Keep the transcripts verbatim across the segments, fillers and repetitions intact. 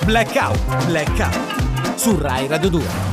Blackout, Blackout su Rai Radio due.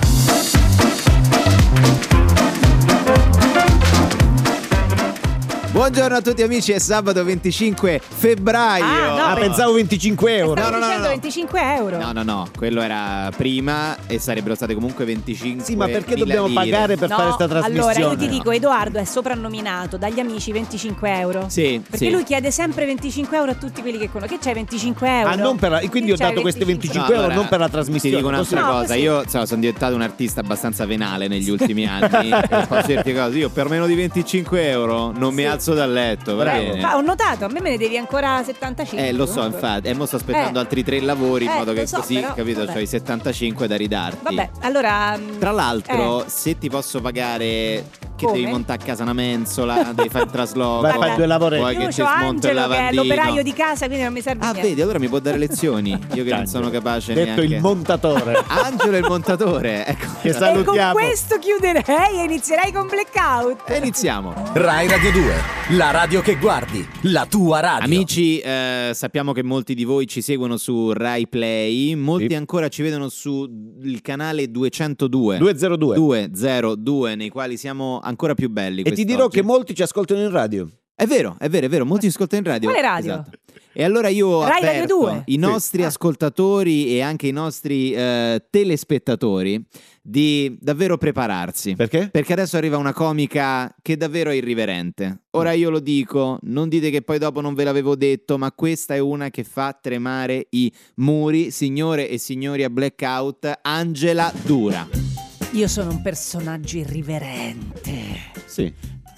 Buongiorno a tutti amici, è sabato venticinque febbraio. Ah, no, ah pensavo venticinque euro. Stavo No, no, dicendo no, no. venticinque euro. No, no, no, quello era prima e sarebbero state comunque venticinque. Sì, ma perché dobbiamo lire. pagare per No, fare sta trasmissione? allora io ti No. dico, Edoardo è soprannominato dagli amici venticinque euro. Sì, Perché sì. lui chiede sempre venticinque euro a tutti quelli che conosco. Che c'hai venticinque euro? Ah, non per la- quindi Che ho dato c'hai questi venticinque No, euro allora, non per la Ti trasmissione. dico un'altra No, cosa, così. io so, sono diventato un artista abbastanza venale negli ultimi anni. E posso dirti cosa, io per meno di venticinque euro non mi Sì. alzo dal letto, va Bravo. bene? Fa- ho notato, a me me ne devi ancora settantacinque. Eh, lo so, comunque. infatti. E mo sto aspettando Eh. altri tre lavori in Eh, modo che lo so, così, però, capito, vabbè. c'ho i settantacinque da ridarti. Vabbè, allora mh, Tra l'altro, eh. se ti posso pagare, che Come? devi montare a casa una mensola, devi fare il trasloco. Vai a fare due lavoretti. Vuoi io che c'ho ti smonto il Angelo che è lavandino? l'operaio di casa, quindi non mi serve Ah, niente. vedi, allora mi può dare lezioni. Io che non sono capace Detto neanche. il montatore. Angelo è il montatore. Ecco. Che E con salutiamo. questo chiuderei e inizierei con Blackout. E iniziamo. Rai Radio due, la radio che guardi, la tua radio. Amici, eh, sappiamo che molti di voi ci seguono su Rai Play, molti Sì. ancora ci vedono sul canale duecentodue. duecentodue. duecentodue, nei quali siamo ancora più belli. E ti dirò che molti ci ascoltano in radio. È vero, è vero, è vero, molti ascoltano in radio. Quale radio? Esatto. E allora io Rai Radio avverto due? i Sì. nostri Ah. ascoltatori e anche i nostri eh, telespettatori di davvero prepararsi. Perché? Perché adesso arriva una comica che davvero è irriverente. Ora io lo dico, non dite che poi dopo non ve l'avevo detto, ma questa è una che fa tremare i muri. Signore e signori a Blackout, Angela Dura. Io sono un personaggio irriverente, Sì.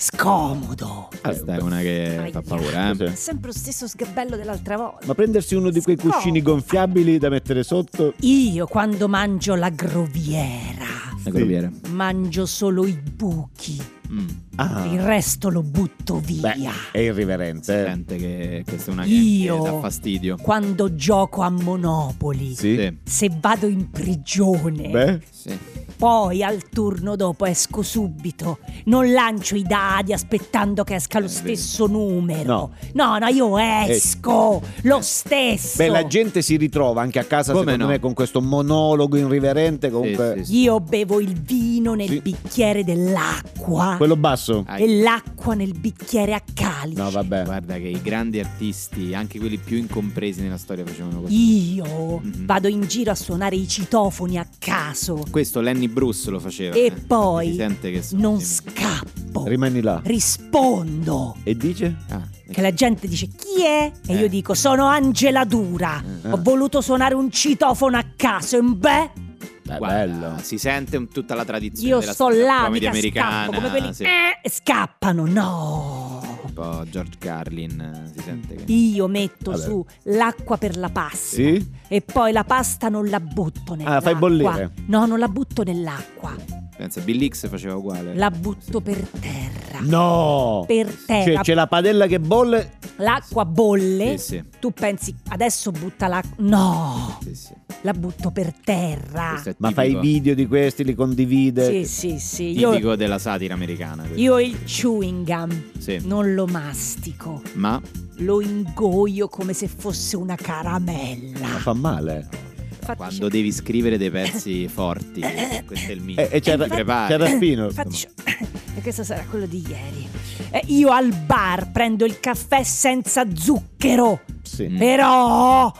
scomodo. Questa è una che Aia. fa paura, eh? Sì. È sempre lo stesso sgabello dell'altra volta. Ma prendersi uno di quei Scomodo. cuscini gonfiabili da mettere sotto. Io quando mangio la groviera La groviera. mangio solo i buchi, Mm. Ah. il resto lo butto Beh, via. è irriverente. eh. Sente che questa è una che, Io che dà fastidio. quando gioco a Monopoli, Sì. Sì. se vado in prigione, Beh, Sì. poi al turno dopo esco subito, non lancio i dadi aspettando che esca lo Eh, stesso numero. No. no, no, io esco lo stesso. beh, la gente si ritrova anche a casa, Come secondo no? me, con questo monologo irriverente. Comunque, Sì, sì, sì. Io bevo il vino nel Sì. bicchiere dell'acqua quello basso. Ah, e l'acqua nel bicchiere a calice. No, vabbè. Guarda che i grandi artisti, anche quelli più incompresi nella storia, facevano così. Io Mhm. vado in giro a suonare i citofoni a caso Questo Lenny Bruce lo faceva. e eh. poi Si sente che sono non simili. scappo, Rimani là. rispondo. E dice? Ah, Che la gente dice chi è? E Eh. io dico sono Angela Dura. Eh. Ho voluto suonare un citofono a caso e beh, Beh, guarda, bello. si sente un- tutta la tradizione io della sto stand-up là, comedy mica americana. scappo come quelli sì. eh, e scappano. No. Un po' George Carlin, eh, si sente che... Io metto Vabbè. su l'acqua per la pasta Sì? e poi la pasta non la butto nell'acqua. Ah, fai bollire? No, non la butto nell'acqua, Pensa, Bill X faceva uguale. la butto per terra. No! Per terra. Cioè, c'è la padella che bolle. L'acqua bolle. Sì, sì, Tu pensi adesso butta l'acqua. No, sì, sì. la butto per terra. Questo è Ma tipico, fai video di questi, li condivide. Sì, sì, sì. Io, tipico della satira americana. questo. io il chewing gum Sì. non lo mastico, Ma lo ingoio come se fosse una caramella. Ma fa male. Infatti quando devi scrivere dei pezzi forti, questo è il mio. E, e c'è, Ti prepari. c'è Raspino. Infatti, e questo sarà quello di ieri. Eh, io al bar prendo il caffè senza zucchero. Sì. Mm. Però,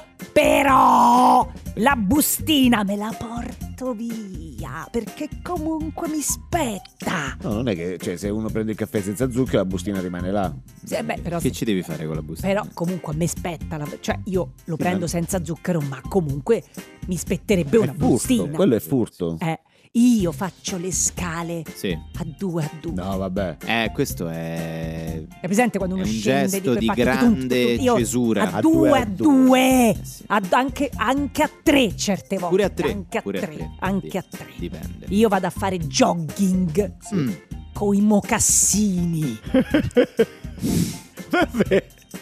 però, la bustina me la porto via perché comunque mi spetta. No, non è che, cioè, se uno prende il caffè senza zucchero, la bustina rimane là. Sì, beh, però, Che se- ci devi fare con la bustina? però comunque a me spetta. La, cioè, io lo Sì, prendo ma- senza zucchero, ma comunque mi spetterebbe È una furto, bustina. quello è furto. Eh, io faccio le scale Sì. a due a due. No, vabbè. Eh, questo è... È presente quando È uno un scende gesto quei di pacchetti, grande tum, tum, tum, io cesura. a, A due due a a due, Eh sì. A- anche, anche a tre certe volte, Pure a tre. anche a pure tre, a tre. anche Di- a tre. Dipende. Io vado a fare jogging Mm. coi mocassini. Vabbè.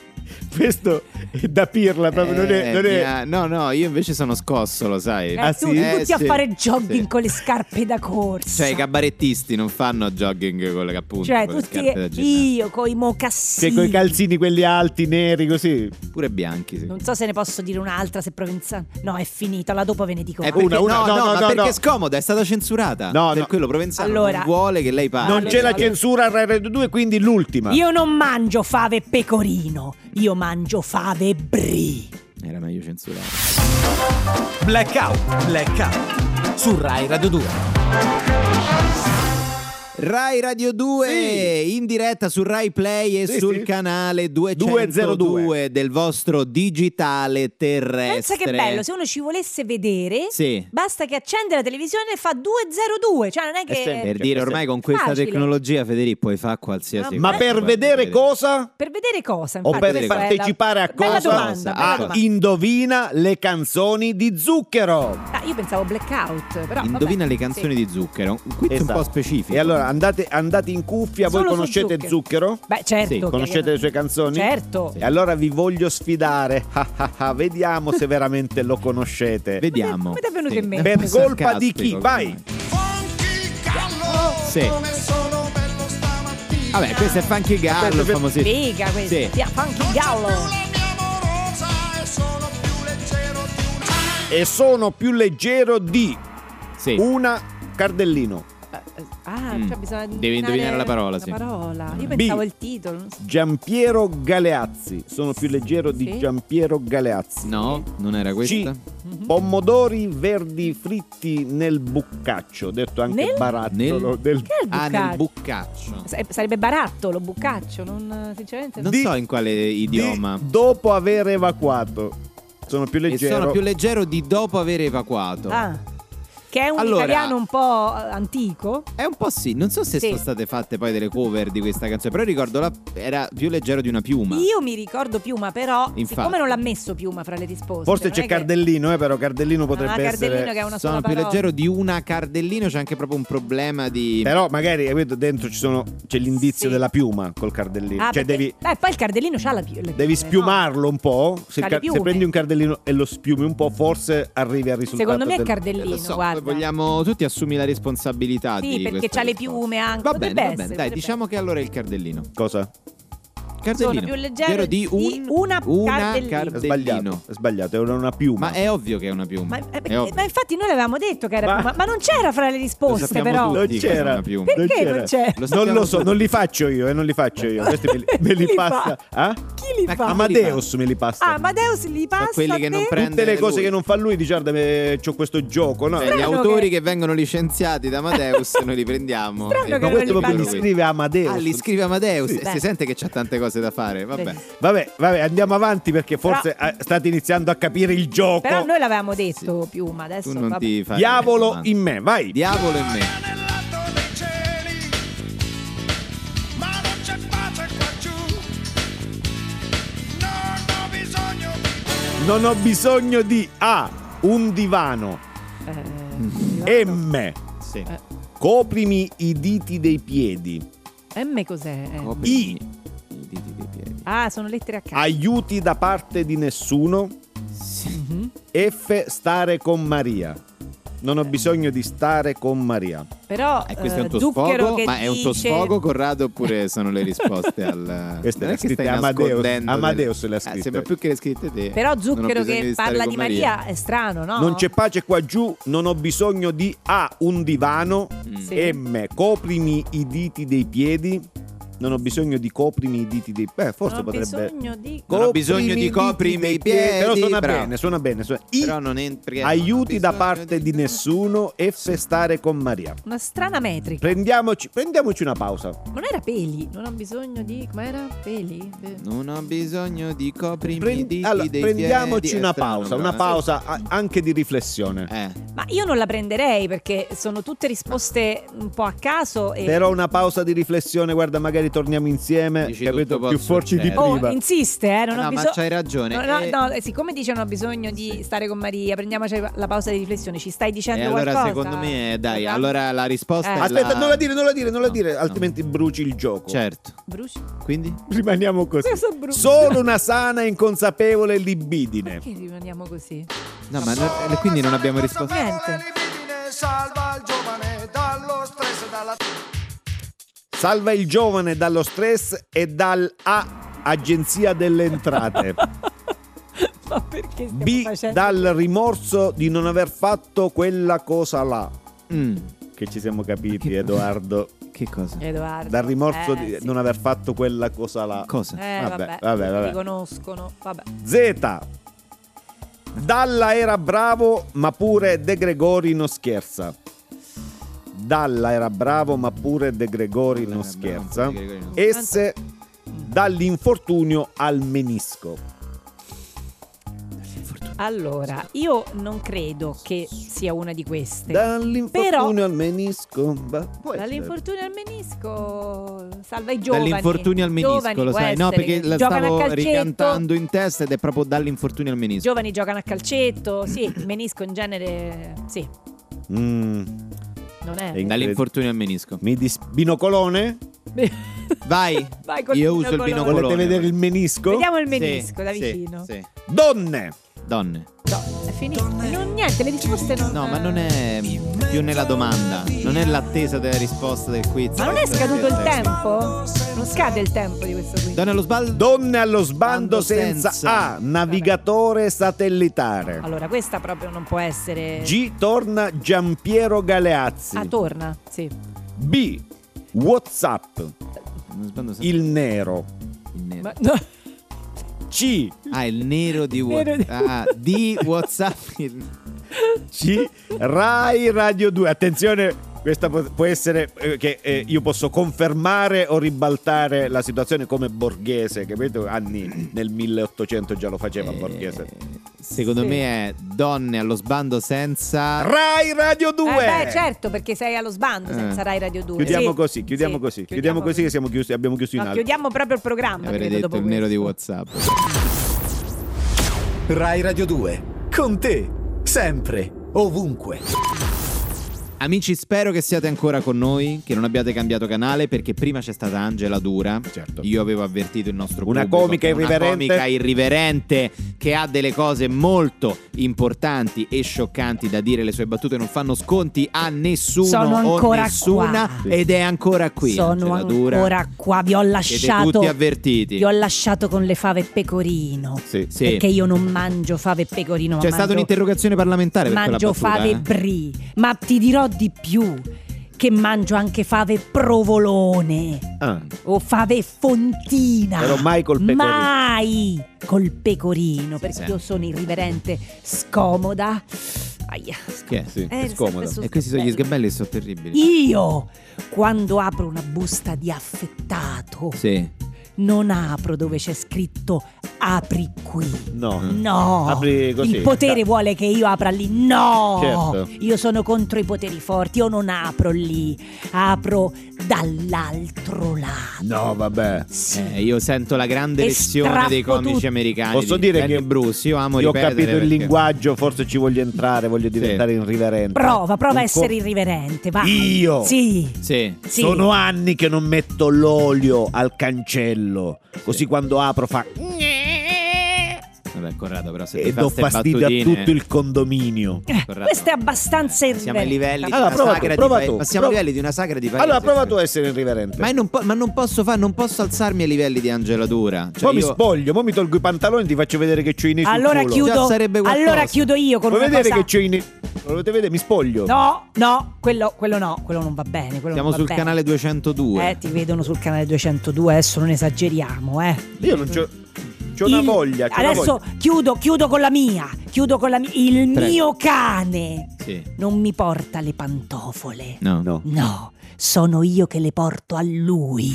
Questo è da pirla proprio, non è, Eh, non è- mia- No, no, io invece sono scosso, lo sai. Eh, Ah, tu sì? tutti Eh, a sì, fare jogging sì. con le scarpe da corsa. Cioè, i cabarettisti non fanno jogging con le appunto, Cioè, con le tutti scarpe da ginnastica. io con i mocassini. Cioè, con i calzini quelli alti, neri, così. Pure bianchi, sì. Non so se ne posso dire un'altra, se Provenzano. No, è finito, la dopo ve ne dico Eh, un'altra. perché, Una, una, no, no, no, no, ma no, perché no. è scomoda, è stata censurata. No, per no. quello Provenzano Allora- non vuole che lei parli. Non c'è la censura a Rai Radio due, quindi l'ultima. Io non mangio fave e pecorino, io mangio fave e brie. Era meglio censurare. Blackout, blackout. Su Rai Radio due. Rai Radio due Sì. in diretta su Rai Play e Sì, sul sì. canale duecentodue del vostro digitale terrestre. Pensa che bello, se uno ci volesse vedere, Sì. basta che accende la televisione e fa duecentodue, cioè non è È sempre- che... Per Cioè, dire, ormai con questa facile. tecnologia, Federico, puoi fare qualsiasi Ma Ma cosa. per Guarda, vedere cosa? Per vedere cosa? O infatti, per questa è la- partecipare a Bella cosa? domanda, bella Ah, domanda. indovina le canzoni di Zucchero. Ah, io pensavo blackout, però Indovina vabbè, le canzoni sì. di Zucchero. Un quiz un Esatto. po' specifico. E allora andate, andate in cuffia, voi Solo su conoscete Zucchero. Zucchero? Beh, certo. Sì, Conoscete le sue canzoni? Certo. E allora vi voglio sfidare. Ah, ah, ah, Vediamo se veramente lo conoscete. Vediamo. Come ti è venuto in mente? È un Per po' colpa di chi? sarcastico, Vai. Sì. Vabbè, questo è Funky Gallo, Aspetta, aspetta. famosissimo. Figa questa. Sì. Sì. Funky Gallo. E sono più leggero di Sì. una Cardellino. Ah, Mm. cioè bisogna Devi indovinare la parola, sì. La parola. Io B. pensavo il titolo. Non so. Giampiero Galeazzi. Sono più leggero di Sì. Giampiero Galeazzi. No, non era C. questa. Pomodori verdi fritti nel buccaccio. Detto anche Nel? barattolo. Del... Che è il Ah, nel buccaccio? buccaccio. Sa- Sarebbe barattolo, buccaccio, non sinceramente. Non Di- so in quale idioma. Di dopo aver evacuato. Sono più E leggero. sono più leggero di dopo aver evacuato. Ah. Che è un Allora- italiano un po' eh, antico. È un po' sì, non so se Sì. sono state fatte poi delle cover di questa canzone, però ricordo la, era più leggero di una piuma. Io mi ricordo Piuma, però Infatti. siccome non l'ha messo Piuma fra le risposte. Forse non c'è è che- Cardellino, eh, però Cardellino potrebbe Ah, Cardellino essere. che è una Sono sola più parola. leggero di una Cardellino, c'è anche proprio un problema di... Però magari capito, dentro ci sono, c'è l'indizio Sì. della piuma col Cardellino. Ah, cioè perché- devi, Eh, poi il Cardellino c'ha la piuma. devi spiumarlo un po'. Se, C'ha il le car- se piume. prendi un Cardellino e lo spiumi un po', forse arrivi al risultato. Secondo me è del- Cardellino, Lo so, guarda. vogliamo tutti assumi la responsabilità Sì, di perché questa c'ha le risposta. piume anche. Va Potrebbe bene, va essere, bene, dai, potrebbe diciamo che allora è il Cardellino. Cosa? Cardellino. Sono più leggero di, di un, una Cardellino. È sbagliato. È sbagliato, era una piuma. Ma è ovvio che è una piuma. Ma, eh, È perché- ovvio. ma infatti noi l'avevamo detto che era Ma- Piuma, ma non c'era fra le Lo risposte, sappiamo però. tutti Non che è c'era. una piuma. Perché c'era. non c'è? Lo Non sappiamo lo so, tutti. non li faccio io, e non li faccio io. Questi me li, me li Chi li passa. Ah? Chi li Ma fa? chi- Amadeus me li passa. Ah, Amadeus li passa quelli a che te? non prende- Tutte le cose lui. che non fa lui, dice guarda, me- c'ho questo gioco, no? Cioè, gli Strano autori che- che... vengono licenziati da Amadeus noi li prendiamo. Strano E- che Ma non questo li proprio li passa. scrive Amadeus. Ah, li scrive Amadeus. Sì. E Beh. si sente che c'ha tante cose da fare. Vabbè. Beh. Vabbè, vabbè, andiamo avanti perché forse Però- eh, state iniziando a capire il gioco. Però noi l'avevamo detto Piuma, adesso Tu non vabbè. ti fai Diavolo domande. in me, vai. Diavolo in me. nell'alto dei cieli, ma non c'è pace qua giù. Non ho bisogno di Non ho bisogno di A. Un divano. Eh, M. Sì. Eh. Coprimi i diti dei piedi. M cos'è? Eh. Copri I. i diti dei piedi. Ah, sono lettere a caso. Aiuti da parte di nessuno. Mhm. F. Stare con Maria. Non ho bisogno di stare con Maria. Però E questo è eh, un tuo Zucchero sfogo? che Ma è un tuo dice- sfogo, Corrado, oppure sono le risposte al... Queste Non le è ha che scritte stai Amadeus. nascondendo Amadeus delle- le ha Eh, scritte. sembra più che le scritte te. Però Non ho Zucchero bisogno che di stare parla con di Maria è strano, no? Non c'è pace qua giù, non ho bisogno di A. Un divano. Sì. M. Coprimi i diti dei piedi. Non ho bisogno di coprimi i diti dei piedi. Beh, forse Non ho potrebbe. bisogno di... Non ho bisogno di i diti coprimi dei i piedi, Però suona bravo. bene, suona bene. Suona. I. Però non entri. Aiuti da parte di nessuno. F. Stare con Maria. Una strana metrica. Prendiamoci, prendiamoci una pausa. Non era peli, non ho bisogno di... Com'era? Peli? Eh. Non ho bisogno di coprimi i Prendi- diti allora, dei prendiamoci piedi. una È strano, pausa, però, una eh. pausa a- anche di riflessione. Eh. Ma io non la prenderei perché sono tutte risposte un po' a caso e... Però una pausa di riflessione, guarda, magari torniamo insieme, Dici capito? tutto Più può forti di succedere. prima. Oh, insiste, eh, non No, ho ma bisogno. c'hai ragione. No, no, Eh, no, eh, siccome dice non ho bisogno di stare con Maria, prendiamoci la pausa di riflessione, ci stai dicendo E allora qualcosa? secondo me, dai, Esatto. allora la risposta Eh. è Aspetta, la... non la dire, non la dire, non la No, dire, no. altrimenti bruci il gioco. Certo. Bruci? Quindi? Rimaniamo così. Cosa bruci? Solo una sana e inconsapevole libidine. Perché rimaniamo così? No, ma no- quindi non abbiamo risposto. Niente. Salva il giovane dallo stress e dalla Salva il giovane dallo stress e dal A, Agenzia delle Entrate. Ma perché stiamo B, facendo? dal rimorso di non aver fatto quella cosa là. Mm, Che ci siamo capiti, Che- Edoardo. che cosa? Edoardo. Dal rimorso Eh, di sì. non aver fatto quella cosa là. Cosa? Eh, Vabbè, vabbè, vabbè, vabbè. Ti conoscono, vabbè. Z, Dalla era bravo, ma pure De Gregori non scherza. Dalla era bravo, ma pure De Gregori non Era bravo, scherza. De Gregori non- S, dall'infortunio al menisco. Allora, io non credo che sia una di queste. Dall'infortunio Però- al menisco. Beh, può essere. Dall'infortunio al menisco salva i giovani. Dall'infortunio al menisco, Giovani, lo può sai? No, essere, perché che la giocano a stavo calcetto. ricantando in testa ed è proprio dall'infortunio al menisco. Giovani giocano a calcetto, sì, il menisco in genere, sì, Mm, non è. E in- Dall'infortunio al menisco. mi dis- binocolone? Vai. Vai col Io uso il binocolone. binocolone. Volete vedere il menisco? Vediamo il Sì, menisco da sì, vicino. sì. Donne. Donne. No, è finito. Non, niente, le risposte non. No, ma non è più nella domanda. Non è l'attesa della risposta del quiz. Ma non è scaduto il Aspetta. tempo? Non scade il tempo di questo qui. Donne allo sbalzo. Donne allo sbando Bando senza, senza. A, navigatore satellitare. Allora, questa proprio non può essere. G, torna Giampiero Galeazzi. Ah, torna, sì. B, WhatsApp, Non sbando sempre. il nero. Il nero. Ma, no. C, Ah, il nero di Nero di- WhatsApp. Ah, di WhatsApp. C, Rai Radio due. Attenzione, questa può può essere eh, che eh, io posso confermare o ribaltare la situazione come Borghese, che vedo anni nel milleottocento già lo faceva Borghese. Eh, secondo Sì. me è donne allo sbando senza. Rai Radio due. Eh beh, certo, perché sei allo sbando Eh. senza Rai Radio due. Chiudiamo Sì. così, chiudiamo Sì, così, chiudiamo così che siamo chiusi, abbiamo chiuso in No, alto. chiudiamo proprio il programma. Avrei credo, detto dopo il nero di questo. WhatsApp. Rai Radio due. Con te. Sempre. Ovunque. Amici, spero che siate ancora con noi, che non abbiate cambiato canale, perché prima c'è stata Angela Dura. Certo. Io avevo avvertito il nostro Una pubblico comica che irriverente. Una comica irriverente che ha delle cose molto importanti e scioccanti da dire. Le sue battute non fanno sconti a nessuno Sono o ancora nessuna qua. ed è ancora qui. Sono Angela Dura. ancora qua, vi ho Siete lasciato. tutti avvertiti. Vi ho lasciato con le fave e pecorino. Sì. Sì. Perché io non mangio fave e pecorino. ma C'è stata mangio- un'interrogazione parlamentare per quella Mangio battuta, fave eh? brie. Ma ti dirò di più. Che mangio anche fave provolone. Ah, O fave fontina. Però mai col pecorino. Mai col pecorino. Perché Sì. io sono irriverente, scomoda. Aia. Che è? sì, Eh, è scomodo. sempre su E questi sono gli sgabelli. sgabelli, sono terribili. Io, quando apro una busta di affettato, Sì. non apro dove c'è scritto apri qui. No. No, Apri così. il potere Da- vuole che io apra lì. No, Certo. io sono contro i poteri forti. Io non apro lì, apro dall'altro lato. No, vabbè. Sì. Eh, io sento la grande E lezione dei strappo comici tutto. americani. Posso di dire Lenny che Bruce, io amo Io ho ripetere capito il perché- linguaggio, forse ci voglio entrare, voglio diventare irriverente. Prova, prova a Un essere co- irriverente. Va. Io? Sì. Sì. Sì. Sono anni che non metto l'olio al cancello, così quando apro fa Vabbè, Corrado, però se e ti fa do ste fastidio battutine- a tutto il condominio. Eh, Corretto. questo è abbastanza irriverente. Siamo ai livelli di Allora, una prova tu, sagra prova di tu, paese. Ma siamo ai prova- livelli di una sagra di paese. Allora prova tu a essere irriverente. Ma, io non po- ma non posso fare, non posso alzarmi ai livelli di Angela Dura. Cioè Poi mi io- spoglio, poi mi tolgo i pantaloni e ti faccio vedere che c'ho i neri sul Allora culo. chiudo, Già sarebbe qualcosa. allora chiudo io con Vuoi una vedere cosa. che c'ho i neri? Lo volete vedere? Mi spoglio. No, no, quello, quello no, quello non va bene. Quello Siamo non va sul bene. canale duecentodue. Eh, ti vedono sul canale duecentodue, adesso non esageriamo, eh. Io non c'ho, c'ho una Il- voglia. C'ho una Adesso voglia. chiudo, chiudo con la mia. Chiudo con la mia. Il Prego. mio cane Sì. non mi porta le pantofole. No. No. No, sono io che le porto a lui.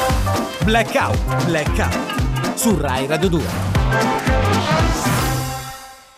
Blackout. Blackout. Su Rai Radio due.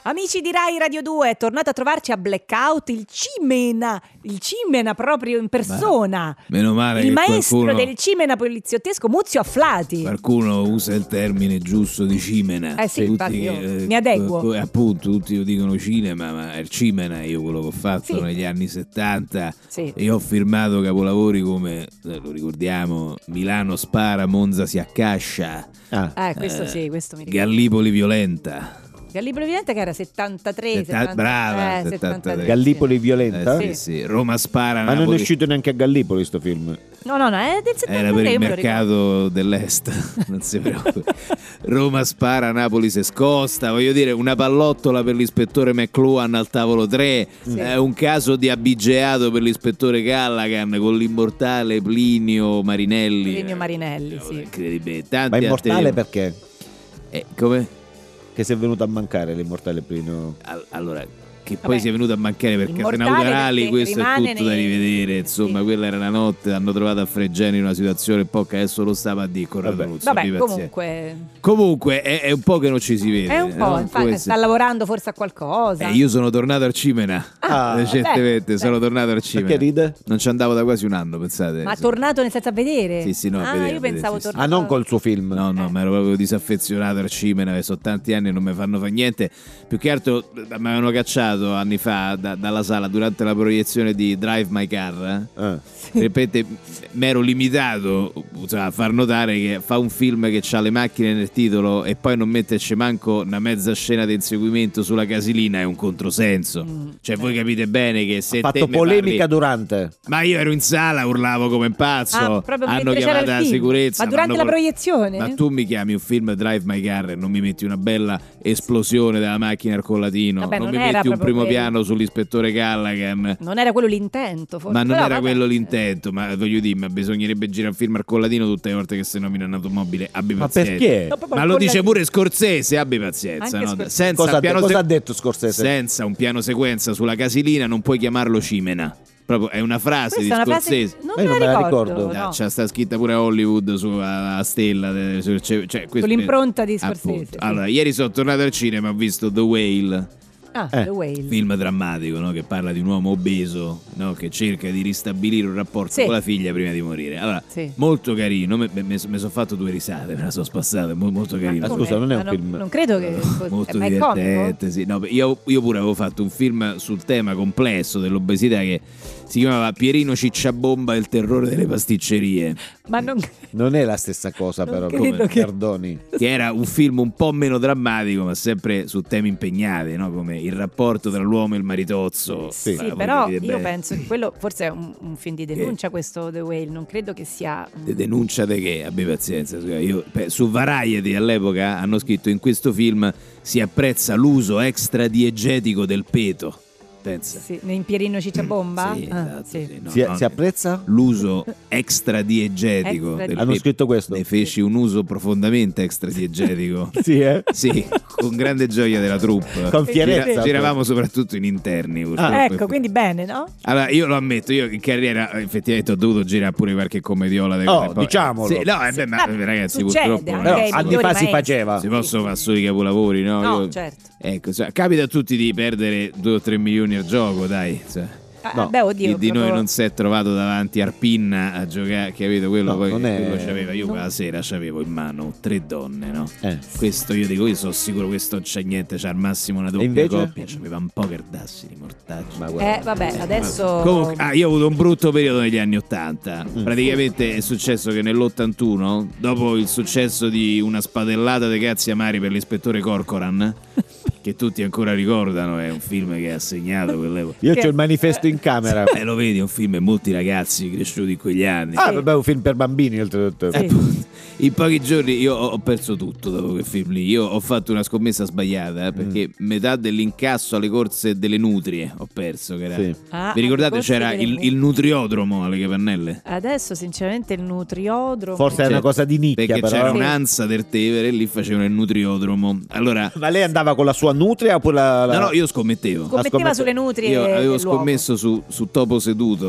Amici di Rai Radio due, è tornato a trovarci a Blackout il Cimena, il Cimena proprio in persona. Meno male il che maestro qualcuno, del Cimena poliziottesco Muzio Afflati. qualcuno usa il termine giusto di Cimena. Eh sì, Tutti infatti che, io eh, mi adeguo. co- appunto, tutti lo dicono cinema, ma è il Cimena, io quello che ho fatto Sì. negli anni settanta. Sì. E ho firmato capolavori come, eh, lo ricordiamo, Milano spara, Monza si accascia, Ah. Eh, questo sì, questo mi ricordo. Gallipoli violenta. Gallipoli Violenta che era settantatré, Setta- settanta brava, eh, settantatré. settantatré, Gallipoli Eh, violenta? sì, sì. Roma spara, Ma non è Napoli. uscito neanche a Gallipoli sto film. sì. No, no, no, è del settantatré. Era per il io me lo ricordo. mercato dell'est, non si preoccupi. Roma spara, Napoli si scosta. Voglio dire, una pallottola per l'ispettore McLuhan al tavolo tre. Sì. È un caso di abigeato per l'ispettore Callaghan con l'immortale Plinio Marinelli. Plinio Marinelli, sì. Incredibile. Tanti Ma immortale altri- perché? Eh, come? Che si è venuto a mancare l'immortale Plinio. Al- Allora, che Vabbè, poi sia venuto a mancare per immortale Catenaucarali, perché questo è rimane tutto da nei- rivedere. Insomma, sì. quella era la notte, hanno trovato a Fregene in una situazione poca, adesso lo stava a dire Corrado Vabbè. Nuzzo, abbi Vabbè, pazienza. comunque Comunque è, è un po' che non ci si vede. è un po', no? infatti Come sta se- lavorando forse a qualcosa. Eh, io sono tornato al Cimena Ah, recentemente, beh, sono beh. tornato al Cimena. Perché ride? Non ci andavo da quasi un anno, pensate. Ma Sì. tornato nel senso a vedere? Sì, sì, no, a ah, vedere, io a vedere, pensavo sì, sì. tornato Ah, non col suo film. No, no, Eh. ma ero proprio disaffezionato al Cimena, che sono tanti anni e non mi fanno fare niente. Più che altro mi avevano cacciato anni fa da- dalla sala durante la proiezione di Drive My Car. Eh? Ah. De repente mi ero limitato, insomma, a far notare che fa un film che ha le macchine nel titolo e poi non metterci manco una mezza scena di inseguimento sulla casilina è un controsenso. Mm, Cioè voi capite bene che se Ha te fatto mi polemica parli- durante. ma io ero in sala, urlavo come un pazzo, Ah, proprio hanno mentre c'era chiamato il la film. sicurezza. Ma durante m'hanno la col- proiezione? Ma tu mi chiami un film Drive My Car e non mi metti una bella esplosione della macchina al collatino, Vabbè, non non mi era metti un proprio primo quello. piano sull'ispettore Callaghan. Non era quello l'intento, forse. Ma non Però, era vabbè. quello l'intento, ma voglio dire, ma bisognerebbe girare un film al collatino tutte le volte che si nomina un'automobile. Abbi Ma pazienza. perché? No, proprio Ma al lo dice collatino. pure Scorsese, abbi pazienza. Anche No? Scorsese. Senza, Cosa, un ha de- piano cosa se- ha detto Scorsese? senza un piano sequenza sulla casilina non puoi chiamarlo Cimena. Proprio è una frase Questa di è una frase Scorsese. che non Eh, me non la me la ricordo, ricordo. no. Ah, c'è sta scritta pure a Hollywood sulla stella de- su- cioè, cioè, questo- Sull'impronta di Scorsese, appunto. sì. Allora, ieri sono tornato al cinema, ho visto The Whale, Ah, Eh. The Whale. film drammatico, no? Che parla di un uomo obeso, no? Che cerca di ristabilire un rapporto Sì. con la figlia prima di morire. Allora, Sì. molto carino, mi sono fatto due risate, me la sono spassata, mo- molto carino. Ma Come? scusa, non è un Ma film. Non credo che fosse- Molto ma è comico? divertente, sì. No, io, io pure avevo fatto un film sul tema complesso dell'obesità che si chiamava Pierino Cicciabomba e il terrore delle pasticcerie, Ma non Non è la stessa cosa, Non però. credo Come? che- Perdoni. che era un film un po' meno drammatico, ma sempre su temi impegnati, no? Come il rapporto tra l'uomo e il maritozzo. Sì. Sì, Ma voi però capite io bene. penso che quello forse è un, un film di denuncia, questo The Whale. Non credo che sia. De- denuncia di che? Abbi pazienza. scusa, Io, beh, su Variety all'epoca hanno scritto: in questo film si apprezza l'uso extradiegetico del peto. Pensa. Sì, in Pierino Cicciabomba? Sì, Ah, esatto, sì. sì, no, si, no, si apprezza? l'uso extradiegetico Extra- del Hanno peto. scritto questo? Ne feci un uso profondamente extradiegetico. Sì, eh? Sì, con grande gioia della troupe. Con fierezza. Gira- giravamo soprattutto in interni. purtroppo. Ecco, quindi bene, no? Allora, io lo ammetto, io in carriera eh, effettivamente ho dovuto girare pure qualche commediola. di- Oh, eh, poi- diciamolo. Sì, no, eh, beh, ma Vabbè, ragazzi, succede, purtroppo anche Però ai ragazzi, anni migliori fa si maestri. faceva. si possono fare solo i capolavori, no? No, Io- certo. Ecco, cioè, capita a tutti di perdere due o tre milioni al gioco, dai. Cioè, Ah, No, beh, oddio, chi di noi proprio- non si è trovato davanti Arpinna a giocare, capito? Quello No, poi non è- quello c'aveva. Io no. quella sera c'avevo in mano tre donne, no? Eh. Questo io dico, io sono sicuro questo non c'è niente, c'è al massimo una doppia invece? coppia, c'aveva un poker d'assi di mortaggio. Ma guarda. Eh, vabbè, adesso. Comunque, ah, io ho avuto un brutto periodo negli anni ottanta. Mm. Praticamente è successo che nell'ottantuno, dopo il successo di Una spadellata dei cazzi amari per l'ispettore Corcoran, che tutti ancora ricordano, è un film che ha segnato quell'epoca. Io Che- c'ho il manifesto in camera. Eh, lo vedi, è un film e molti ragazzi cresciuti in quegli anni. Ah, vabbè, è un film per bambini, oltretutto. Sì. Appunto, in pochi giorni io ho ho perso tutto dopo quel film lì. Io ho fatto una scommessa sbagliata eh, perché metà dell'incasso alle corse delle nutrie ho perso. Che era... Sì. Ah, Vi ricordate corse c'era delle il, mu- il nutriodromo alle Capannelle? Adesso, sinceramente, il nutriodromo. Forse è una Certo, cosa di nicchia, perché però. c'era Sì. un'ansa del Tevere e lì facevano il nutriodromo. Allora, Ma lei andava con la sua nutria oppure la... la- no, no, io scommettevo. Scommetteva scommetto- sulle nutrie. Io avevo dell'uomo. scommesso su, su Topo Seduto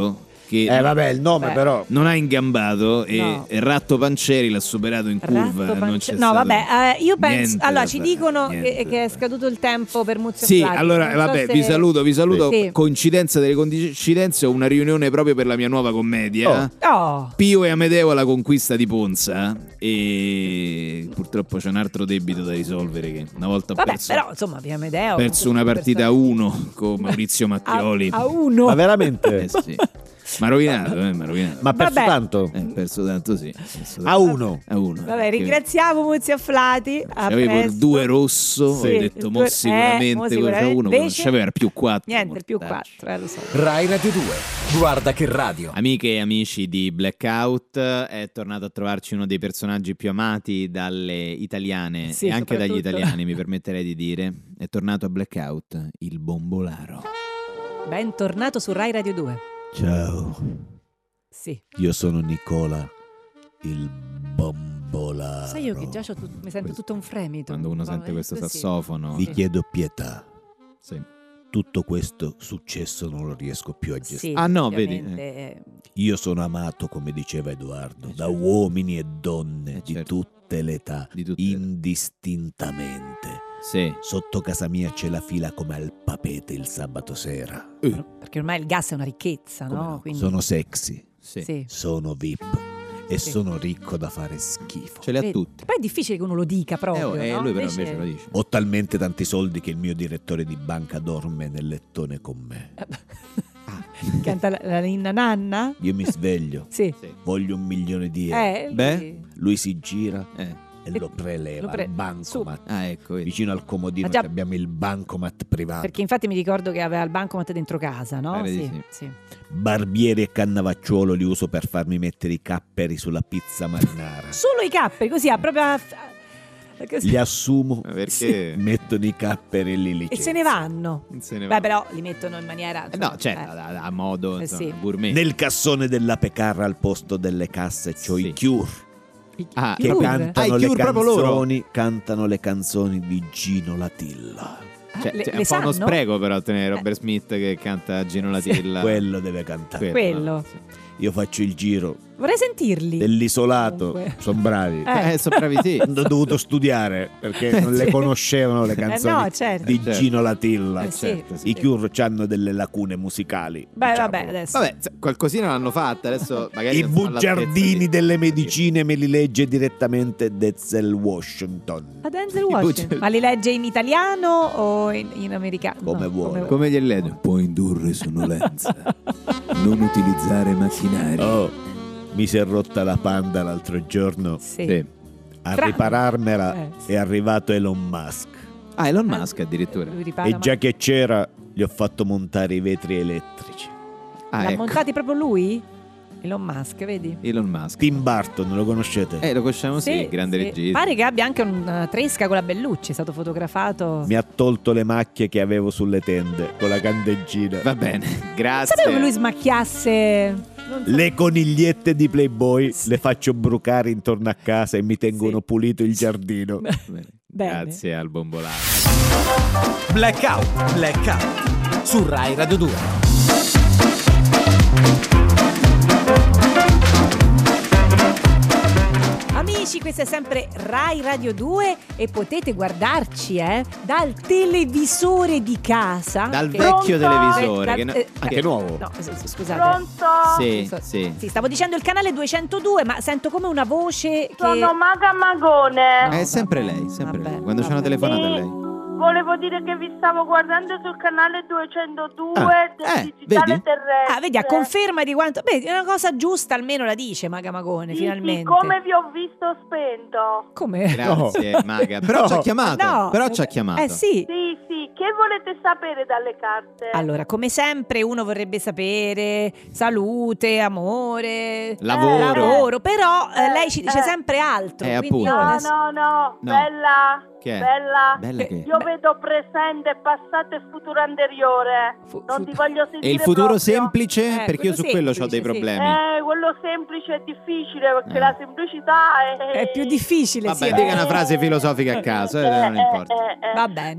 che Eh vabbè, il nome Beh. però. non ha ingambato e No. e Ratto Pancieri l'ha superato in curva. Ratto non Pance- c'è no, stato vabbè, eh, io penso. niente Allora, da ci fare, dicono niente che, da che è fare. scaduto il tempo per Muzio Sì, Flati. allora Non so vabbè, se- vi saluto, vi saluto. Sì. Coincidenza delle coincidenze, ho una riunione proprio per la mia nuova commedia. Oh. Oh, Pio e Amedeo alla conquista di Ponza e purtroppo c'è un altro debito da risolvere che una volta ho vabbè, perso, però insomma, via Medeo. perso una partita a uno con Maurizio Mattioli. A, a uno. Ma veramente? Eh sì. Ma rovinato, eh, ma rovinato. Ma ha perso Vabbè. tanto? Eh, perso tanto sì. Perso A tanto. uno. A uno. Vabbè, ringraziamo Muzio Flati. A Avevo il presto. due rosso, Sì, ho il detto due- mo eh, sicuramente mo quello c'è sicuramente. uno, ma non Invece- c'aveva il più quattro. Niente, il più mortacci. quattro, eh, lo so. Rai Radio due. Guarda che radio. Amiche e amici di Blackout, è tornato a trovarci uno dei personaggi più amati dalle italiane Sì, e anche dagli soprattutto. italiani, mi permetterei di dire. È tornato a Blackout, il bombolaro. Bentornato su Rai Radio due. Ciao, Sì. io sono Nicola, il bombolaro. Sai io che già c'ho tut- mi sento tutto un fremito. Quando uno Va sente bene, questo così. sassofono. Vi chiedo pietà. Sì. Tutto questo successo non lo riesco più a gestire. Sì, Ah, no, vedi, ovviamente, eh, Io sono amato, come diceva Edoardo, da uomini e donne Eh, di certo. tutte le età, Di tutte le età. indistintamente. Sì. Sotto casa mia c'è la fila come al papete il sabato sera. perché ormai il gas è una ricchezza, Come no? no? Quindi, Sono sexy, Sì. sì. sono V I P e Sì. sono ricco da fare schifo. Ce li ha Vedi? tutti. Poi è difficile che uno lo dica Eh, proprio. oh, eh, no? lui però Invece- invece lo dice. Ho talmente tanti soldi che il mio direttore di banca dorme nel lettone con me. Canta la, la ninna nanna? Io mi sveglio, Sì. voglio un milione di euro. Eh, lui- Beh. Lui si gira Eh. e E lo preleva lo pre- al bancomat. Ah, ecco, vedi. Vicino al comodino Ma già- che abbiamo il bancomat privato. Perché infatti mi ricordo che aveva il bancomat dentro casa, no? Pare di sì, sì. sì. Barbieri e cannavacciuolo li uso per farmi mettere i capperi sulla pizza marinara. Solo i capperi, così, a proprio... a- a- così. Li assumo, Ma perché? mettono i capperi e li E licenziano. se ne vanno. Se ne va. Beh, però li mettono in maniera... Eh, no, certo, eh. a, a modo Eh, insomma, sì. gourmet. Nel cassone della Pecarra al posto delle casse c'ho Sì. i Cure Ah, che Cure? cantano Ah, i le Cure proprio loro? canzoni, cantano le canzoni di Gino Latilla. Cioè, Le- cioè, è le un po' uno sanno? spreco però tenere Robert Smith che canta Gino Latilla. Quello deve cantare. Quello. no? Sì. Io faccio il giro Vorrei sentirli. dell'isolato, Comunque. sono bravi. Eh. Eh, sono bravi sì. Ho dovuto studiare perché non le Sì. conoscevano le canzoni Eh no, certo. di Certo. Gino Latilla. Eh, sì. certo, sì. I Cure hanno delle lacune musicali. Beh, diciamo. vabbè, adesso. Vabbè, se- qualcosina l'hanno fatta, adesso magari I non sono all'altezza bugiardini di- delle medicine me li legge direttamente Denzel Washington. A Denzel I Washington. bugi- Ma li legge in italiano o in, in americano? Come No, vuole. Come glieli legge? Può indurre sonnolenza. Non utilizzare macchinari. Oh, mi si è rotta la panda l'altro giorno. Sì. Sì. A Fra- ripararmela Eh, sì. è arrivato Elon Musk. Ah, Elon Musk addirittura. Lui ripara, E ma- già che c'era, gli ho fatto montare i vetri elettrici. Ah, L'ha ecco. montati proprio lui? Elon Musk, vedi? Elon Musk. Tim Burton, lo conoscete? Eh, lo conosciamo sì, grande sì. regista. Pare che abbia anche una tresca con la Bellucci, è stato fotografato. Mi ha tolto le macchie che avevo sulle tende con la candeggina. Va bene, Non grazie. sapevo che lui smacchiasse. Non so- Le conigliette di Playboy le faccio brucare intorno a casa e mi tengono Sì. pulito il giardino. Bene. Bene. Grazie al bombolaro. Blackout, Blackout. Su Rai Radio due. Amici, questo è sempre Rai Radio due e potete guardarci eh, dal televisore di casa. Dal Che- vecchio Pronto? televisore. Che no- Eh, che- Che nuovo? No, s- s- scusate. Pronto? Sì, Scusa- sì. Sì, stavo dicendo il canale duecentodue, ma sento come una voce che... Sono Maga Magone. È sempre lei, sempre Vabbè, lei. Quando c'è una vabbè. telefonata Sì. lei. Volevo dire che vi stavo guardando sul canale duecentodue Ah, del eh, digitale vedi? terrestre. Ah, vedi, a conferma di quanto... Beh, una cosa giusta almeno la dice Maga Magone, Sì, finalmente. sì, come vi ho visto spento. Come? Grazie, Maga. Però No. ci ha chiamato. No. Però ci ha chiamato. Eh sì. Sì, sì, che volete sapere dalle carte? Allora, come sempre uno vorrebbe sapere salute, amore, Lavoro. eh, lavoro, però eh, Eh, lei ci dice eh. sempre altro. Eh, quindi appunto. io No, adesso- no, no, No. bella, Che è? bella. Bella che? Io Beh. vedo presente, passato e futuro anteriore. Fu- non fu- ti voglio sentire E il futuro proprio. semplice? Eh, Perché io quello su quello ho semplice, dei sì. problemi. Eh, quello semplice è difficile perché Eh. la semplicità è... È più difficile, Vabbè, sì. dica una frase filosofica a caso, eh, non importa. eh, eh. Va bene. Che,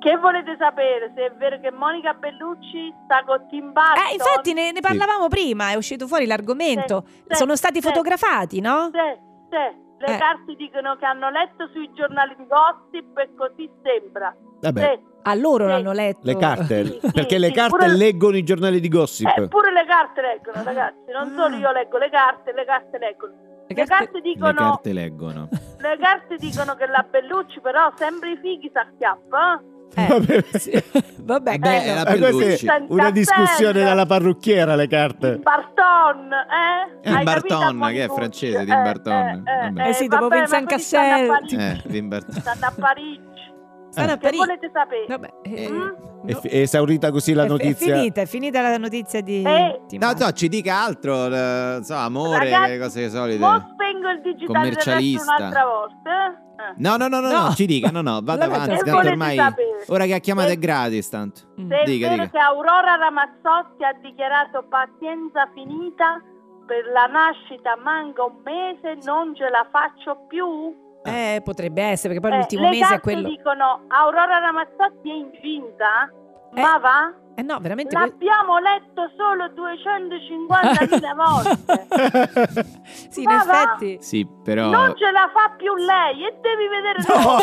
Che volete sapere? Se è vero che Monica Bellucci sta con Tim Burton? Eh, infatti ne, ne parlavamo prima, è uscito fuori l'argomento. Sì, sì, Sono stati sì. fotografati, no? Sì, sì. Le Eh. carte dicono che hanno letto sui giornali di gossip e così sembra. Vabbè. Sì. A loro Sì. l'hanno letto. Le carte, Sì, sì, perché le sì, carte pure- leggono i giornali di gossip. Eh, pure le carte leggono, ragazzi. Non Ah. solo io leggo le carte, le carte leggono. Le Le carte- carte dicono, Le carte leggono. le carte dicono che la Bellucci però sempre i fighi s'acchiappa. Eh? Eh, Vabbè. sì. Vabbè, Vabbè, quello- la Ma questa Bellucci. è una discussione dalla parrucchiera, le carte. Barton, eh? Tim Hai Burton, capito, che è Monicucci? francese, Tim Eh, Burton. Eh, eh, Vabbè. Eh sì, dopo vabbè, Vincent ma quelli stanno a Cassel. Parigi. Eh, Tim Burton. Stanno a Parigi. Stanno a Che Parigi. volete sapere? Vabbè, eh, Mm? È, no. fi- è esaurita così la È- notizia. È finita, è finita la notizia di Eh. Tim No, Burton. no, ci dica altro, le- so, amore, Ragazzi, le cose solite. mo spengo il digitale Commercialista. un'altra volta. eh? Eh. No, no, no, no, No. no, ci dica, no, no, vada Allora, avanti, che tanto volete ormai sapere? ora che ha chiamato Se- è gratis, tanto. Mm. Se è Dica, vero dica. che Aurora Ramazzotti ha dichiarato pazienza finita, per la nascita manca un mese, non ce la faccio più. Eh, potrebbe essere, perché poi Eh, l'ultimo le mese è carte quello. dicono Aurora Ramazzotti è incinta, Eh. ma va? Eh no, veramente. que- L'abbiamo letto solo duecentocinquantamila volte. Sì, in Ma va? effetti. Sì, però Non ce la fa più lei e devi vedere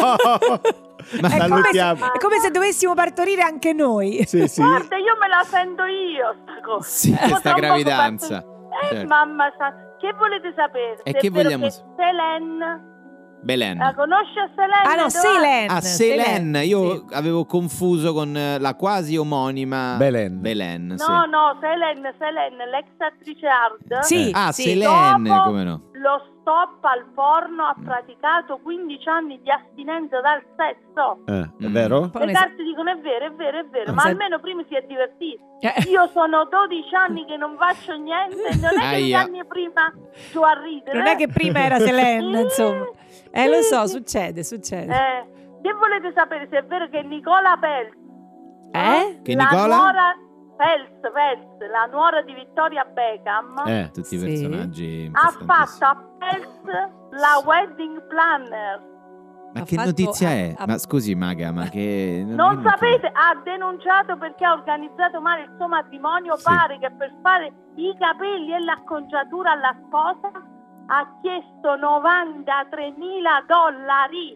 tu. Ma È come, se, salutiamo. è come se dovessimo partorire anche noi. Sì, sì. Guarda, io me la sento io sta cosa. Sì, Potrò questa un poco gravidanza. partorire. Eh, Certo. mamma sa- che volete sapere? E Se che è vero vogliamo che sapere? Selene, Belen. la conosce a Selene? Ah no, Dove- Selen. Ah, Selene, io Sì. avevo confuso con eh, la quasi omonima Belen. Belen, No, sì. no, Selene, Selene, l'ex attrice hard. Sì, Ah, sì. Selene, Dopo come no? lo stop al porno ha praticato quindici anni di astinenza dal sesso. Eh, è Mm. vero? Poi non Le è- carte dicono è vero, è vero, è vero, Non ma sa- almeno prima si è divertito. Eh. Io sono dodici anni che non faccio niente, non è che gli Aia. anni prima tu a ridere. Non è che prima era Selene, Sì, insomma. Eh, lo sì, so, sì. succede, succede. Eh, che volete sapere se è vero che Nicola Pelz, Eh? Che la Nicola? nuora Pelz, Pelz, la nuora di Vittoria Beckham, Eh. Tutti i Sì. personaggi ha fatto importantissimi. a Pelz la wedding planner. Ma ha che fatto- notizia ha- è? ha- Ma scusi, Maga, ma che Non io sapete, ha denunciato perché ha organizzato male il suo matrimonio. Sì. Pare che per fare i capelli e l'acconciatura alla sposa ha chiesto novantatremila dollari.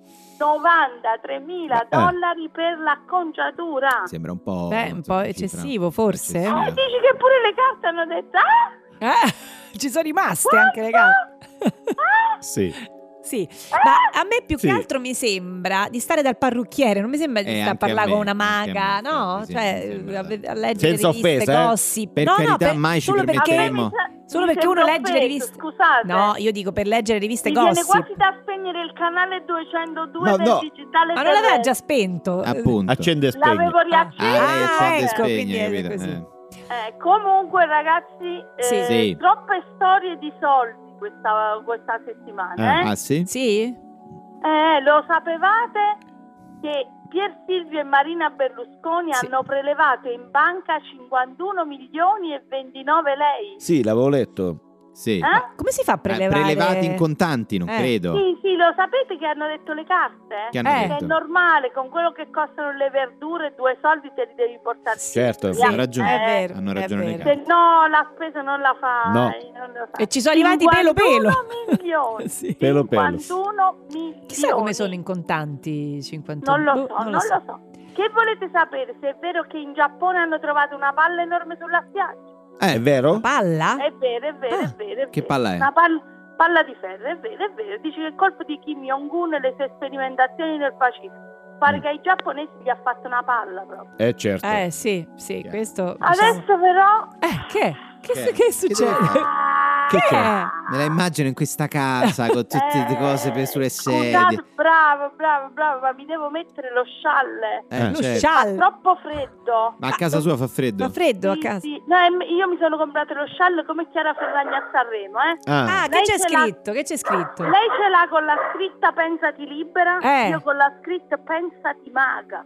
novantatremila Eh. dollari per l'acconciatura. Sembra un po'... Beh, un insomma, po' una cifra eccessivo, forse? Eh, eccessiva. dici che pure le carte hanno detto ah? Eh, ci sono rimaste anche le carte. Ah? Sì. Sì, ma a me più Sì. che altro mi sembra di stare dal parrucchiere, non mi sembra di Eh, stare a anche a parlare me, con una anche a maga, me, no? infatti, sì, Cioè, mi sembra. a, ve- a leggere Senza riviste, offesa, eh? gossip. Per no, no, carità, per- mai ci solo perché, permetteremo. solo Mi perché uno sembra legge le offeso, riviste. Scusate. No, io dico per leggere le riviste Mi viene gossip. quasi da spegnere il canale duecentodue No, del no. digitale. Ma non l'aveva terrestre. già spento? Appunto. Accende e spegne. L'avevo riacceso. Ah, lei Ah, accende e ecco, quindi spegne, è capito? così. Eh. Eh, comunque ragazzi, eh, Sì. Sì. troppe storie di soldi questa, questa settimana. Eh? Ah, sì? Sì? Eh, lo sapevate che Pier Silvio e Marina Berlusconi Sì. hanno prelevato in banca cinquantuno milioni e ventinove lei? Sì, l'avevo letto. Sì. Eh? Come si fa a Ah, prelevare? prelevati in contanti, non Eh. credo. Sì, sì, lo sapete che hanno detto le carte? Che hanno Eh. Che è detto? normale, con quello che costano le verdure, due soldi te li devi portare. Certo. via. Hanno ragione. È vero, Hanno è ragione le vero. carte. Se no la spesa non la fai. No. Non lo fai. E ci sono arrivati pelo pelo. cinquantuno milioni. Sì. Pelo pelo. cinquantuno milioni. Chissà come sono in contanti cinquantuno. Non lo Boh, so, non lo so. Che volete sapere? Se è vero che in Giappone hanno trovato una palla enorme sulla spiaggia? È vero? Palla? È vero, è vero, Ah, è vero. È che vero. palla è? Una palla, palla di ferro, è vero, è vero. Dice che il colpo di Kim Jong-un e le sue sperimentazioni nel Pacifico. Pare Mm. che ai giapponesi gli ha fatto una palla proprio. Eh, certo. Eh sì, sì, questo diciamo- Adesso però... Eh, che? Che, Che? che succede? deve fare? Che Che c'è? è? Me la immagino in questa casa con tutte le cose per sulle sedie. Scusate, bravo, bravo, bravo, ma mi devo mettere lo scialle. Eh, Lo certo. scialle. Troppo freddo. Ma a casa sua fa freddo? Fa freddo a Sì, casa? sì. No, em- io mi sono comprato lo scialle come Chiara Ferragni a Sanremo, eh. Ah, Ah, che Lei c'è ce l'ha- scritto? Che c'è scritto? Lei ce l'ha con la scritta Pensati libera, Eh. io con la scritta Pensati maga.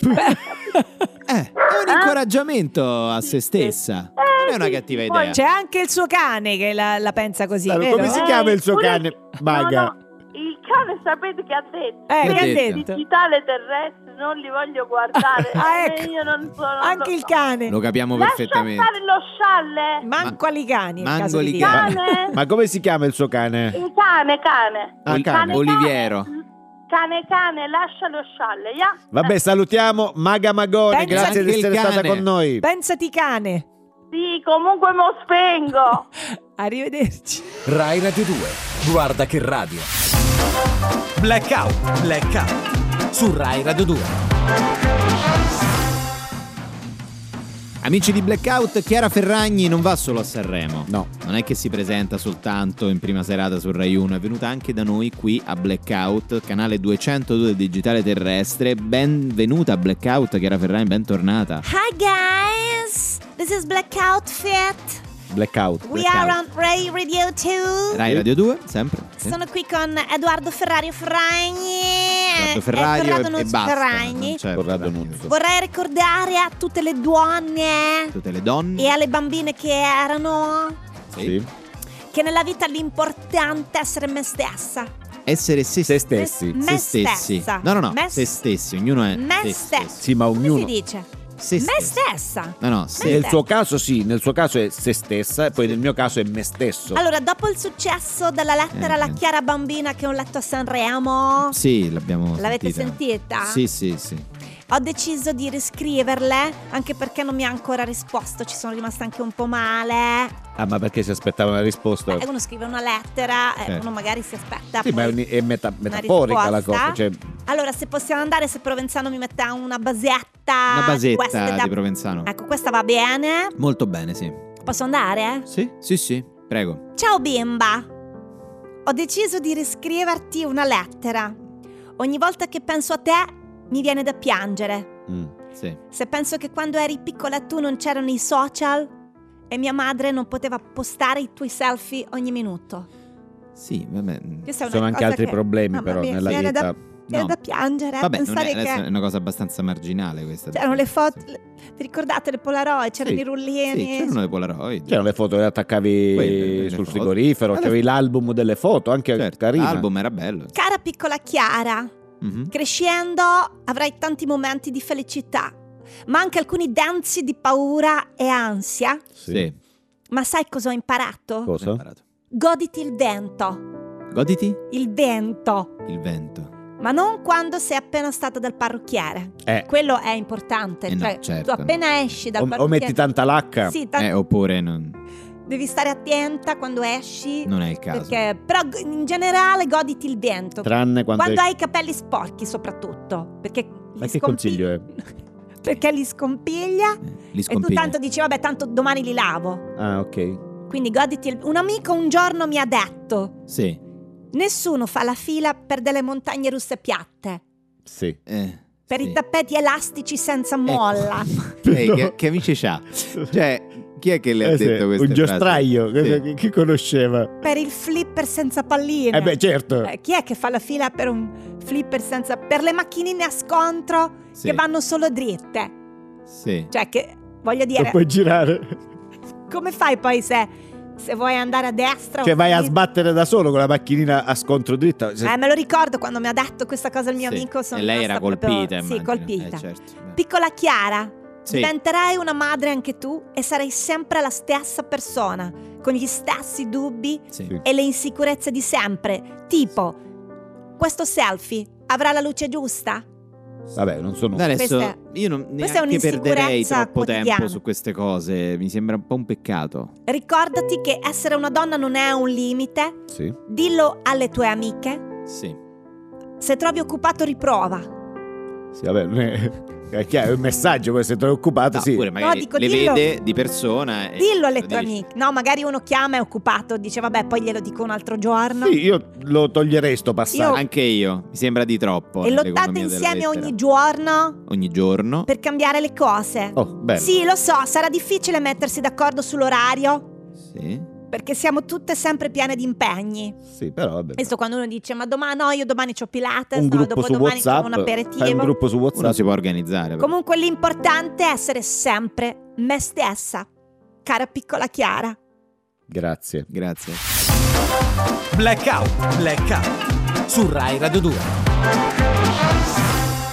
Eh, è un incoraggiamento a se stessa. Eh, Non è una sì, cattiva sì, idea. poi- C'è anche il suo cane che la, la pensa così, Allora, vero? come si Eh, chiama il suo pure- cane? Maga. No, no, il cane sapete che ha detto? Eh, che ha Per il detto? digitale terrestre non li voglio guardare. Ah, Eh, ecco. Io non sono. Anche non il so. cane. Lo capiamo Lascia perfettamente. stare lo scialle. Manco agli cani. è il manco caso di li dire. cani. Cane. Ma come si chiama il suo cane? Il cane, cane. Ah, cane. Oliviero. Cane, cane, lascia lo scialle, ya? Vabbè, salutiamo Maga Magone, Pensa grazie di che il essere stata cane. con noi. Pensati cane. Sì, comunque mo spengo. Arrivederci. Rai Radio due. Guarda che radio. Blackout, Blackout. Su Rai Radio due. Amici di Blackout, Chiara Ferragni non va solo a Sanremo. No. Non è che si presenta soltanto in prima serata su Rai uno, è venuta anche da noi qui a Blackout, canale duecentodue digitale terrestre. Benvenuta a Blackout, Chiara Ferragni, bentornata. Hi guys. This is Blackout Fit. Blackout. We Blackout. are on Ray Radio due. Rai Radio due, sempre. Sì. Sono qui con Edoardo Ferrario Ferragni. Edoardo Ferrario e Corrado e, e Nuzzo basta. Ferragni. Non c'è Corrado Ferragni. Nuzzo. Vorrei ricordare a tutte le donne Tutte le donne. e alle bambine che erano Sì. che nella vita l'importante è essere me stessa. Essere se, Se stessi. Me se stessi. stessa. No, no, no, Me se stessi, ognuno è Me se stessa. stesso. Sì, ma Come ognuno. si dice? Se Me stesso. stessa. No, no, Me se Nel stessa. suo caso sì, nel suo caso è se stessa e poi nel mio caso è me stesso. Allora, dopo il successo della lettera Eh, alla eh. Chiara bambina che ho letto a Sanremo, Sì, l'abbiamo l'avete sentita. sentita? Sì, sì, sì. Ho deciso di riscriverle, anche perché non mi ha ancora risposto, ci sono rimasta anche un po' male. Ah, ma perché si aspettava una risposta? Eh, uno scrive una lettera, eh, Certo. uno magari si aspetta Sì, ma è, poi un- è meta- una metaforica la risposta. cosa. Cioè, Allora, se possiamo andare, se Provenzano mi mette una basetta. Una queste basetta da- di Provenzano. Ecco, questa va bene. Molto bene, sì. Posso andare? Sì, sì, sì, prego. Ciao bimba, ho deciso di riscriverti una lettera. Ogni volta che penso a te mi viene da piangere. mm. Sì. Se penso che quando eri piccola tu non c'erano i social e mia madre non poteva postare i tuoi selfie ogni minuto. Sì, vabbè. Questa è una Sono anche cosa altri che- problemi Mamma però mia, nella mi viene vita. Da, mi viene No. da piangere, Vabbè, non pensare è, adesso che è una cosa abbastanza marginale questa. c'erano le foto, Sì. le- vi ricordate le Polaroid, c'erano Sì. i rullini. Sì, c'erano le Polaroid. C'erano le foto che attaccavi Quelle, le sul foto. frigorifero, Alle- c'avevi l'album delle foto, anche Certo, carino. l'album era bello. Cara piccola Chiara, Mhm. crescendo avrai tanti momenti di felicità, ma anche alcuni densi di paura e ansia. Sì. Ma sai cosa ho imparato? Cosa? Ho imparato. Goditi il vento. Goditi Il vento. il vento. Ma non quando sei appena stata dal parrucchiere. Eh, Quello è importante. Eh no, cioè, certo, tu appena esci dal o, o parrucchiere. metti tanta lacca. Sì, ta- Eh, oppure non, devi stare attenta quando esci. non è il caso. Perché, però in generale goditi il vento. Tranne quando... Quando hai i capelli sporchi, soprattutto. Perché Ma li che scompi- consiglio è? Perché li scompiglia. Eh, li E tu scompiglia. tanto dici, vabbè, tanto domani li lavo. Ah, ok. Quindi goditi il... Un amico un giorno mi ha detto: Sì. nessuno fa la fila per delle montagne russe piatte, Sì. Eh, per sì. i tappeti elastici senza molla. Ehi, No. che, che amici c'ha? Cioè, chi è che le ha Eh sì, detto queste un frasi? giostraio, Sì. che, che conosceva. Per il flipper senza palline. Eh beh, certo. Eh, chi è che fa la fila per un flipper senza... per le macchinine a scontro Sì. che vanno solo dritte? Sì. Cioè che, voglio Non dire, puoi girare. come fai poi se, se vuoi andare a destra? Cioè o vai a sinistra? sbattere da solo con la macchinina a scontro dritta. Se- Eh, me lo ricordo quando mi ha detto questa cosa il mio Sì. amico. Sono E lei era rimasta colpita, proprio- Sì, immagino. colpita. Eh, certo. Beh. Piccola Chiara, Sì. diventerai una madre anche tu e sarai sempre la stessa persona, con gli stessi dubbi Sì. Sì. e le insicurezze di sempre. Tipo, questo selfie avrà la luce giusta? Vabbè, non sono... Dai, adesso Questa- io non questa è neanche perderei un'insicurezza troppo tempo quotidiana. su queste cose. Mi sembra un po' un peccato. Ricordati che essere una donna non è un limite. Sì. Dillo alle tue amiche. Sì. Se trovi occupato, riprova. Sì, vabbè, non è... È chiaro, è un messaggio, poi se ti è occupato, No, sì. pure magari dico, le dillo. vede di persona. e Dillo alle lo tue dici. amiche. No, magari uno chiama, è occupato, dice vabbè, poi glielo dico un altro giorno. Sì, io lo toglierei sto passaggio. Io- Anche io. Mi sembra di troppo. E lottate nell'economia della insieme lettera. ogni giorno Ogni giorno. per cambiare le cose. Oh, bello. Sì, lo so, sarà difficile mettersi d'accordo sull'orario, Sì. perché siamo tutte sempre piene di impegni. Sì, però vabbè. Questo quando uno dice ma domani no, io domani c'ho Pilates, Un no, gruppo su dopodomani c'ho WhatsApp. un Fai un aperitivo. gruppo su Uno WhatsApp. si può organizzare. però. Comunque l'importante è essere sempre me stessa, cara piccola Chiara. Grazie. Grazie. Blackout, Blackout. Su Rai Radio due.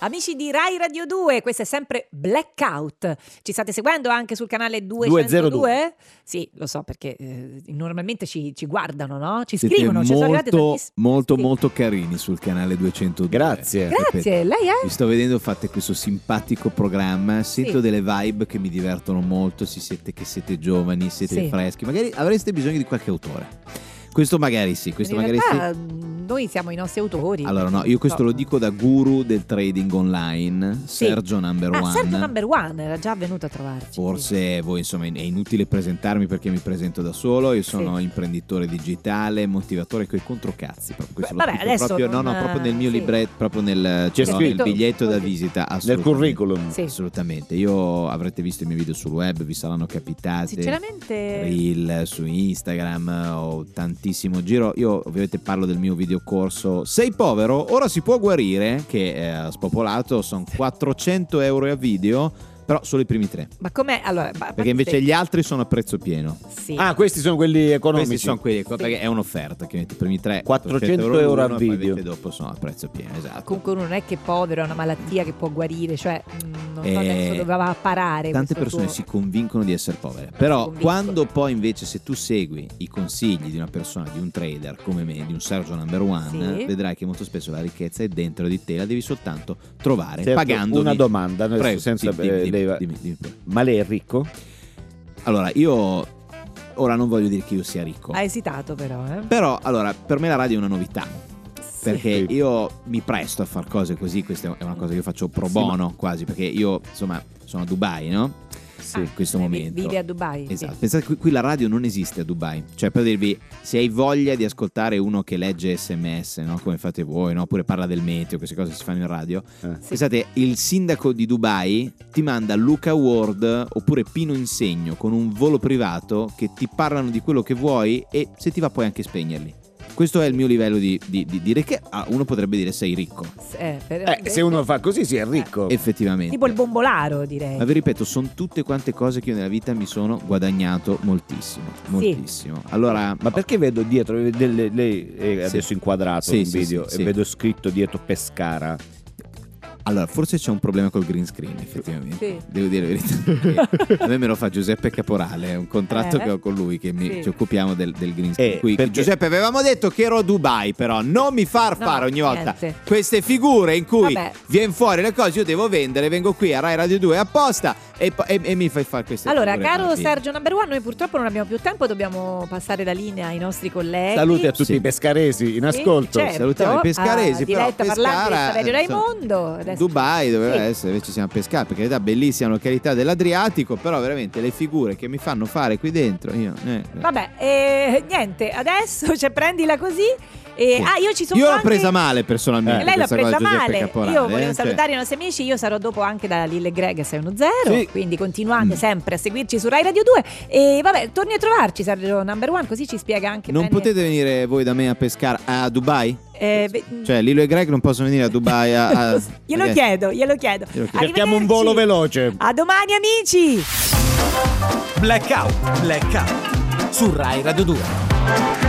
Amici di Rai Radio due, questo è sempre Blackout. Ci state seguendo anche sul canale duecentodue? duecentodue? Sì, lo so perché eh, normalmente ci, ci guardano, no? Ci Siete scrivono, ci sono arrivate molto, tantissime. molto, Sì. molto carini sul canale duecentodue. Grazie. Grazie, lei è? Vi sto vedendo, fate questo simpatico programma, sento Sì. delle vibe che mi divertono molto, si siete che siete giovani, siete Sì. freschi, magari avreste bisogno di qualche autore. Questo magari sì, questo In magari realtà, sì. mh, noi siamo i nostri autori. Allora no, io questo No. lo dico da guru del trading online, Sì. Sergio Number Ah, One. Sergio Number One era già venuto a trovarci. Forse voi, insomma, è inutile presentarmi perché mi presento da solo. Io sono Sì. imprenditore digitale, motivatore coi controcazzi. Proprio questo Beh, lo vabbè, scrivo adesso proprio, no, non- no, proprio nel mio sì. libretto, proprio nel C'è no, scritto- nel biglietto da così. visita. Nel Assolutamente. curriculum. Sì. Assolutamente. Io avrete visto i miei video sul web, vi saranno capitati. Sinceramente, Reel su Instagram, ho tantissimo giro. Io ovviamente parlo del mio videocorso Sei povero, ora si può guarire, che è spopolato, sono quattrocento euro a video, però solo i primi tre. ma com'è? Allora, ma- Perché invece gli altri sono a prezzo pieno. sì. Ah, questi sono quelli economici. Questi sono quelli, perché è un'offerta che metti i primi tre quattrocento euro a l'uno, e poi video. invece dopo sono a prezzo pieno, esatto. Comunque uno non è che è povero, è una malattia che può guarire, cioè mh, non so Eh, adesso dove va a parare. Tante questo persone suo- si convincono di essere povere, però convinco. quando poi invece se tu segui i consigli di una persona, di un trader come me, di un Sergio Number One, Sì. vedrai che molto spesso la ricchezza è dentro di te, la devi soltanto trovare Certo, pagando una domanda, adesso Prego, senza sì, dimmi, eh, dimmi, lei- dimmi, dimmi. Ma lei è ricco? Allora, io ora non voglio dire che io sia ricco, Ha esitato però, eh? però allora per me la radio è una novità. Perché Sì. io mi presto a far cose così, questa è una cosa che io faccio pro Sì, bono quasi, perché io insomma sono a Dubai, no? Sì. In questo Eh, vi- momento. Vivi a Dubai. sì. Esatto, pensate qui, qui la radio non esiste a Dubai, cioè per dirvi, se hai voglia di ascoltare uno che legge sms, no? Come fate voi, no? Oppure parla del meteo, queste cose si fanno in radio, Eh. pensate, il sindaco di Dubai ti manda Luca Ward oppure Pino Insegno con un volo privato che ti parlano di quello che vuoi e se ti va puoi anche spegnerli. Questo è il mio livello di, di, di dire che ah, uno potrebbe dire sei ricco, Eh, per- Eh, se uno fa così si è ricco. effettivamente. Tipo il bombolaro, direi. Ma vi ripeto, sono tutte quante cose che io nella vita mi sono guadagnato moltissimo, moltissimo. Allora, Ma perché vedo dietro, delle- lei è Sì. adesso inquadrato Sì, un sì, video sì, e sì. vedo scritto dietro Pescara. allora, forse c'è un problema col green screen, effettivamente. Sì. Devo dire la verità. Perché a me me lo fa Giuseppe Caporale, è un contratto Eh? che ho con lui, che mi, Sì. ci occupiamo del, del green screen. Eh, Qui, perché- Giuseppe, avevamo detto che ero a Dubai, però non mi far No, fare ogni volta niente. queste figure in cui Vabbè. viene fuori le cose, io devo vendere, vengo qui a Rai Radio due apposta e, po- e- e mi fai fare queste Allora, figure caro tardive. Sergio Number One, noi purtroppo non abbiamo più tempo, dobbiamo passare la linea ai nostri colleghi. Saluti a tutti Sì. i pescaresi in Sì, ascolto. certo. Salutiamo i pescaresi, Ah, però diretta parlante di Pescara, Saverio insomma, Raimondo. Adesso- Dubai doveva Sì. essere, invece siamo a pescare, perché in realtà bellissima località dell'Adriatico, però veramente le figure che mi fanno fare qui dentro, io... eh, Vabbè, eh, niente, adesso cioè, prendila così. E, Sì. Ah, io ci sono Io l'ho anche- presa male personalmente. Eh, lei l'ha questa presa cosa di Giuseppe male. Caporale, Io volevo eh, salutare cioè- i nostri amici. Io sarò dopo anche da Lille Greg sei uno zero. Sì. Quindi continuate Mm. sempre a seguirci su Rai Radio due. E vabbè, torni a trovarci, Sergio Number One, così ci spiega anche Non bene. potete venire voi da me a pescare a Dubai? Eh, beh, Cioè Lilo e Greg non possono venire a Dubai a... a- glielo perché- chiedo, glielo chiedo. Glielo chiedo. Cerchiamo un volo Arrivederci. veloce. A domani, amici. Blackout, Blackout su Rai Radio due.